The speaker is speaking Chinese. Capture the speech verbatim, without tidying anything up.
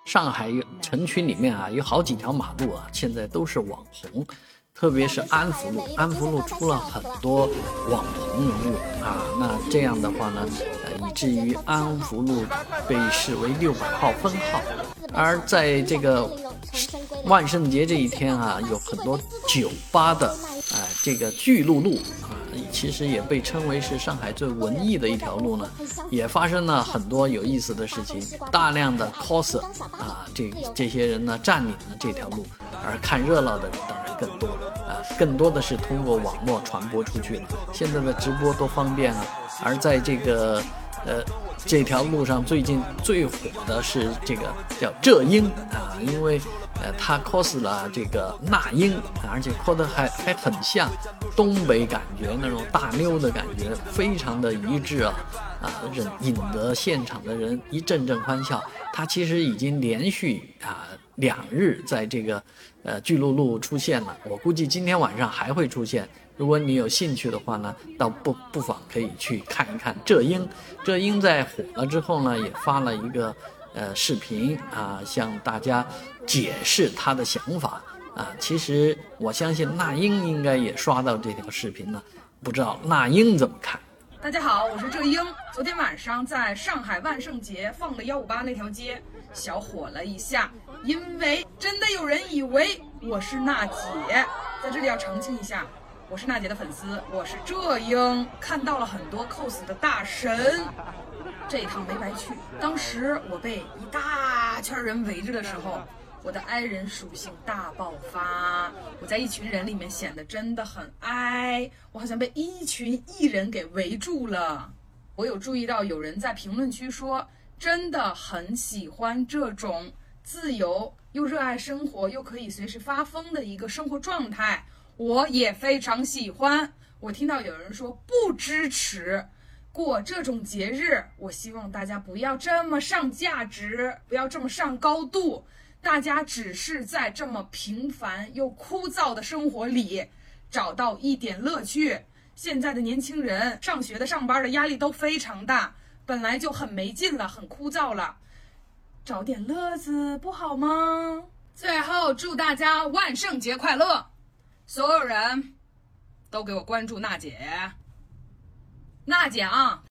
上海城区里面啊，有好几条马路啊，现在都是网红。特别是安福路，安福路出了很多网红人物啊，那这样的话呢，呃，以至于安福路被视为六百号分号。而在这个万圣节这一天啊，有很多酒吧的，啊、呃，这个巨鹿路啊，其实也被称为是上海最文艺的一条路呢，也发生了很多有意思的事情，大量的 coser 啊，这这些人呢占领了这条路，而看热闹的人当然更多。啊，更多的是通过网络传播出去了。现在的直播多方便啊！而在这个呃这条路上，最近最火的是这个叫浙英啊，因为呃他 cos 了这个那英，啊、而且 cos 的还还很像东北感觉那种大妞的感觉，非常的一致啊啊，引得现场的人一阵阵欢笑。他其实已经连续啊两日在这个呃巨鹿路出现了，我估计今天晚上还会出现。如果你有兴趣的话呢，倒不不妨可以去看一看浙英。浙英在火了之后呢，也发了一个呃视频啊，向大家解释他的想法啊。其实我相信那英应该也刷到这条视频了，不知道那英怎么看。 大家好，我是浙英。昨天晚上在上海万圣节放的一五八那条街小火了一下，因为真的有人以为我是娜姐。在这里要澄清一下，我是娜姐的粉丝，我是浙英，看到了很多 cos 的大神，这一趟没白去。当时我被一大圈人围着的时候，我的 I 人属性大爆发，我在一群人里面显得真的很 I， 我好像被一群艺人给围住了。我有注意到有人在评论区说，真的很喜欢这种自由又热爱生活又可以随时发疯的一个生活状态，我也非常喜欢。我听到有人说不支持过这种节日，我希望大家不要这么上价值，不要这么上高度，大家只是在这么平凡又枯燥的生活里找到一点乐趣。现在的年轻人上学的上班的压力都非常大，本来就很没劲了，很枯燥了，找点乐子不好吗？最后祝大家万圣节快乐，所有人都给我关注娜姐。娜姐啊，